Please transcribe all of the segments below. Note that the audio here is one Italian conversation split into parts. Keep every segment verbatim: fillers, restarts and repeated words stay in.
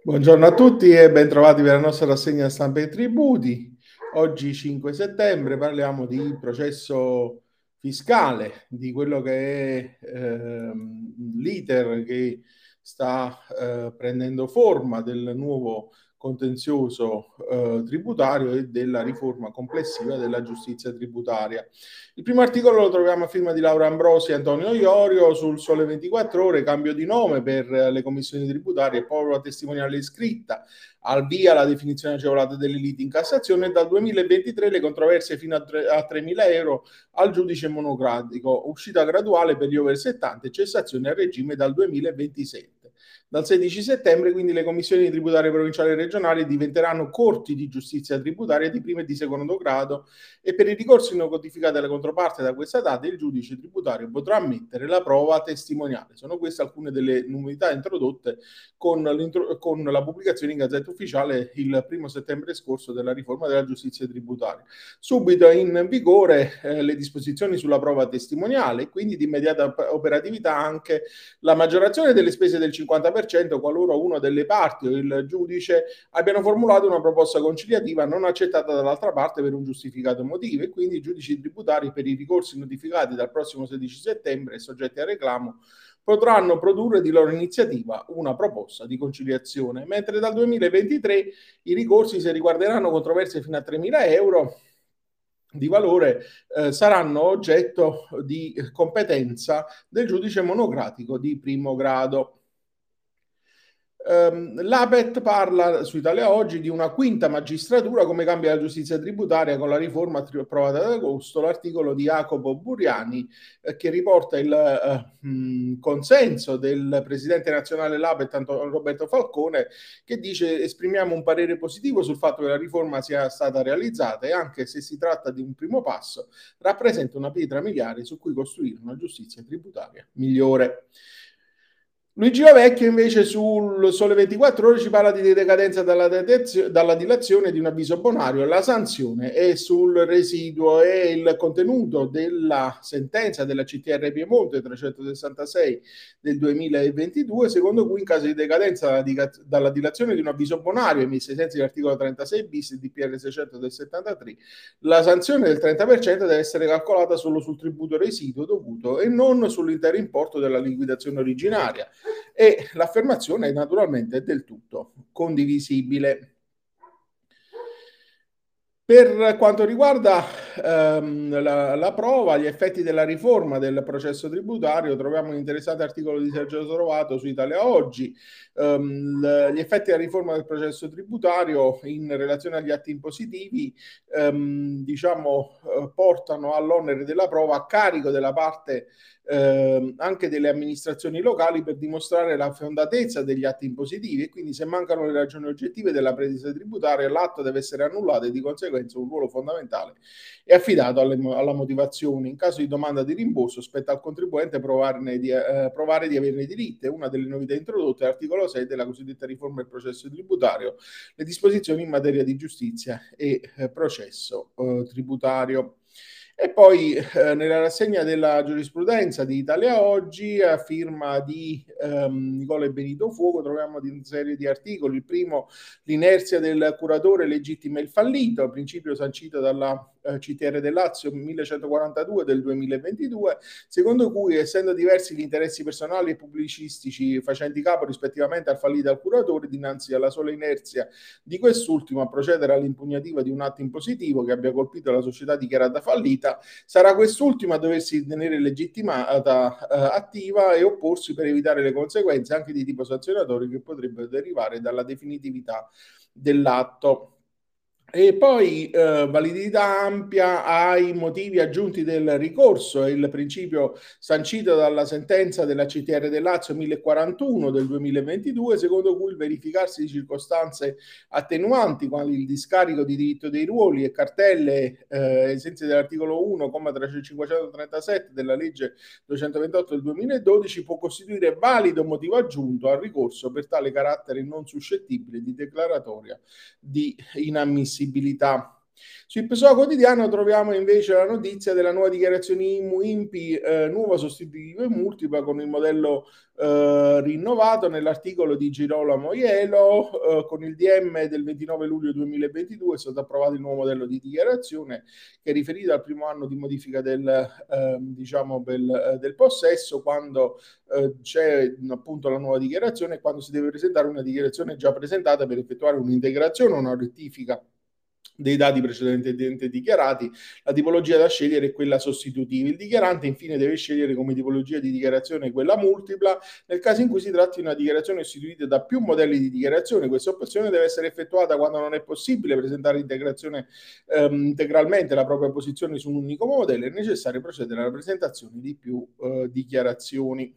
Buongiorno a tutti e bentrovati per la nostra rassegna stampa e tributi. Oggi cinque settembre parliamo di processo fiscale, di quello che è ehm, l'iter che sta eh, prendendo forma del nuovo contenzioso eh, tributario e della riforma complessiva della giustizia tributaria. Il primo articolo lo troviamo a firma di Laura Ambrosi e Antonio Iorio sul Sole ventiquattro Ore, cambio di nome per le commissioni tributarie e prova testimoniale scritta, al via la definizione agevolata delle liti in Cassazione e dal duemilaventitré le controversie fino a tremila euro al giudice monocratico, uscita graduale per gli over settanta e cessazione a regime dal duemilaventisette. Dal sedici settembre quindi le commissioni tributarie provinciali e regionali diventeranno corti di giustizia tributaria di primo e di secondo grado e per i ricorsi non codificati alla controparte da questa data il giudice tributario potrà ammettere la prova testimoniale. Sono queste alcune delle novità introdotte con, con la pubblicazione in Gazzetta Ufficiale il primo settembre scorso della riforma della giustizia tributaria. Subito in vigore eh, le disposizioni sulla prova testimoniale, quindi di immediata operatività anche la maggiorazione delle spese del cinquanta per cento qualora una delle parti o il giudice abbiano formulato una proposta conciliativa non accettata dall'altra parte per un giustificato motivo e quindi i giudici tributari per i ricorsi notificati dal prossimo sedici settembre e soggetti a reclamo potranno produrre di loro iniziativa una proposta di conciliazione, mentre dal duemilaventitré i ricorsi, se riguarderanno controversie fino a tremila euro di valore, eh, saranno oggetto di competenza del giudice monocratico di primo grado. Um, L'A P E T parla su Italia Oggi di una quinta magistratura, come cambia la giustizia tributaria con la riforma approvata ad agosto, l'articolo di Jacopo Buriani eh, che riporta il eh, mh, consenso del presidente nazionale dell'A P E T Roberto Falcone, che dice: esprimiamo un parere positivo sul fatto che la riforma sia stata realizzata e anche se si tratta di un primo passo rappresenta una pietra miliare su cui costruire una giustizia tributaria migliore. Luigi Vecchio invece sul Sole ventiquattro Ore ci parla di decadenza dalla, dalla dilazione di un avviso bonario, la sanzione è sul residuo e il contenuto della sentenza della C T R Piemonte trecentosessantasei del duemilaventidue, secondo cui in caso di decadenza dalla, dalla dilazione di un avviso bonario emesso ai sensi dell'articolo trentasei bis di D P R seicento del settantatré, la sanzione del trenta per cento deve essere calcolata solo sul tributo residuo dovuto e non sull'intero importo della liquidazione originaria. E l'affermazione naturalmente è del tutto condivisibile. Per quanto riguarda ehm, la, la prova, gli effetti della riforma del processo tributario, troviamo un interessante articolo di Sergio Trovato su Italia Oggi. Um, gli effetti della riforma del processo tributario in relazione agli atti impositivi um, diciamo, eh, portano all'onere della prova a carico della parte eh, anche delle amministrazioni locali per dimostrare la fondatezza degli atti impositivi e quindi se mancano le ragioni oggettive della pretesa tributaria l'atto deve essere annullato e di conseguenza un ruolo fondamentale è affidato alle, alla motivazione. In caso di domanda di rimborso spetta al contribuente di, eh, provare di averne diritto. È una delle novità introdotte all'articolo sei della cosiddetta riforma del processo tributario, le disposizioni in materia di giustizia e eh, processo eh, tributario. E poi eh, nella rassegna della giurisprudenza di Italia Oggi, a firma di ehm, Nicola Benito Fuoco, troviamo di una serie di articoli. Il primo, l'inerzia del curatore legittima il fallito, principio sancito dalla eh, C T R del Lazio millecentoquarantadue del duemilaventidue, secondo cui, essendo diversi gli interessi personali e pubblicistici facenti capo rispettivamente al fallito e al curatore, dinanzi alla sola inerzia di quest'ultimo a procedere all'impugnativa di un atto impositivo che abbia colpito la società dichiarata fallita, sarà quest'ultima a doversi tenere legittimata eh, attiva e opporsi per evitare le conseguenze anche di tipo sanzionatorio che potrebbero derivare dalla definitività dell'atto. E poi eh, validità ampia ai motivi aggiunti del ricorso, è il principio sancito dalla sentenza della C T R del Lazio mille quarantuno del duemilaventidue, secondo cui il verificarsi di circostanze attenuanti, quali il discarico di diritto dei ruoli e cartelle eh, ai sensi dell'articolo uno, cinquecentotrentasette della legge duecentoventotto del duemiladodici, può costituire valido motivo aggiunto al ricorso per tale carattere non suscettibile di declaratoria di inammissibilità. Sul Pessoa Quotidiano troviamo invece la notizia della nuova dichiarazione I M U I N P I, eh, nuova sostitutiva e multipla con il modello eh, rinnovato. Nell'articolo di Girolamo Ielo, eh, con il D M del ventinove luglio duemilaventidue è stato approvato il nuovo modello di dichiarazione che è riferito al primo anno di modifica del, eh, diciamo del, del possesso, quando eh, c'è appunto la nuova dichiarazione e quando si deve presentare una dichiarazione già presentata per effettuare un'integrazione o una rettifica dei dati precedentemente dichiarati. La tipologia da scegliere è quella sostitutiva. Il dichiarante infine deve scegliere come tipologia di dichiarazione quella multipla nel caso in cui si tratti di una dichiarazione istituita da più modelli di dichiarazione. Questa opzione deve essere effettuata quando non è possibile presentare integrazione, ehm, integralmente la propria posizione su un unico modello. È necessario procedere alla presentazione di più eh, dichiarazioni.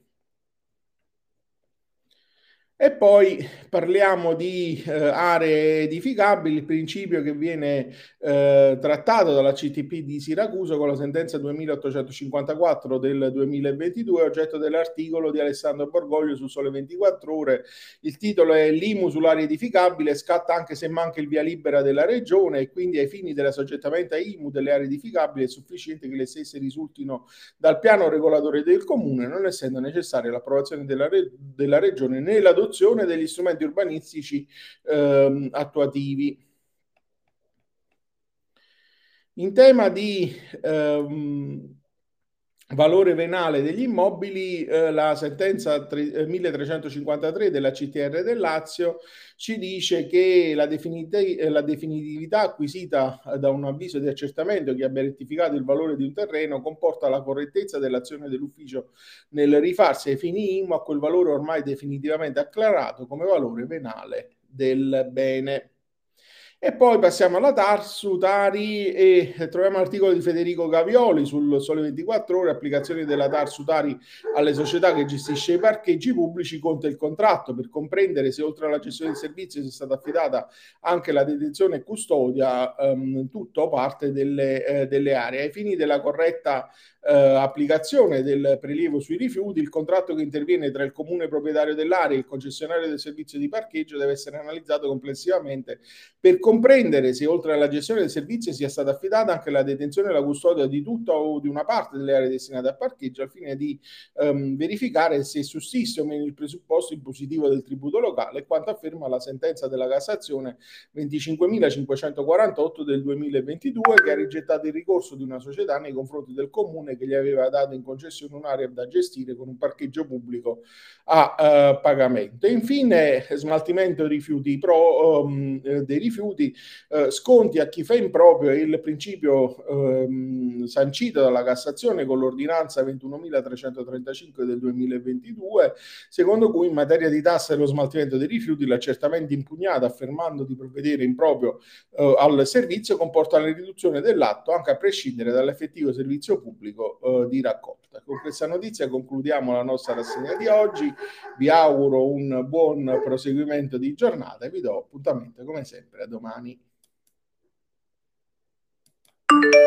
E poi parliamo di eh, aree edificabili, il principio che viene eh, trattato dalla C T P di Siracusa con la sentenza duemilaottocentocinquantaquattro del duemilaventidue, oggetto dell'articolo di Alessandro Borgoglio su Sole ventiquattro Ore. Il titolo è l'I M U sull'area edificabile, scatta anche se manca il via libera della regione e quindi ai fini dell'assoggettamento a I M U delle aree edificabili è sufficiente che le stesse risultino dal piano regolatore del comune, non essendo necessaria l'approvazione della, re- della regione né l'adozione degli strumenti urbanistici ehm, attuativi. In tema di ehm, valore venale degli immobili, eh, la sentenza tre, eh, milletrecentocinquantatré della C T R del Lazio ci dice che la, definiti- la definitività acquisita da un avviso di accertamento che abbia rettificato il valore di un terreno comporta la correttezza dell'azione dell'ufficio nel rifarsi ai fini I M U a quel valore ormai definitivamente acclarato come valore venale del bene. E poi passiamo alla Tarsu, Tari, e troviamo l'articolo di Federico Gavioli sul Sole ventiquattro Ore, applicazione della Tarsu Tari alle società che gestisce i parcheggi pubblici, conta il contratto per comprendere se oltre alla gestione del servizio sia stata affidata anche la detenzione e custodia, ehm, tutto o parte delle, eh, delle aree. Ai fini della corretta eh, applicazione del prelievo sui rifiuti, il contratto che interviene tra il comune proprietario dell'area e il concessionario del servizio di parcheggio deve essere analizzato complessivamente per comprendere se oltre alla gestione del servizio sia stata affidata anche la detenzione e la custodia di tutta o di una parte delle aree destinate a parcheggio, al fine di ehm, verificare se sussiste o meno il presupposto impositivo del tributo locale, quanto afferma la sentenza della Cassazione venticinquemilacinquecentoquarantotto del duemilaventidue, che ha rigettato il ricorso di una società nei confronti del comune che gli aveva dato in concessione un'area da gestire con un parcheggio pubblico a eh, pagamento. E infine smaltimento rifiuti pro, um, dei rifiuti, eh, sconti a chi fa in proprio il principio ehm, sancito dalla Cassazione con l'ordinanza ventunomilatrecentotrentacinque del duemilaventidue, secondo cui in materia di tasse e lo smaltimento dei rifiuti l'accertamento impugnato affermando di provvedere in proprio eh, al servizio comporta la riduzione dell'atto anche a prescindere dall'effettivo servizio pubblico eh, di raccolta. Con questa notizia concludiamo la nostra rassegna di oggi. Vi auguro un buon proseguimento di giornata e vi do appuntamento come sempre a domani.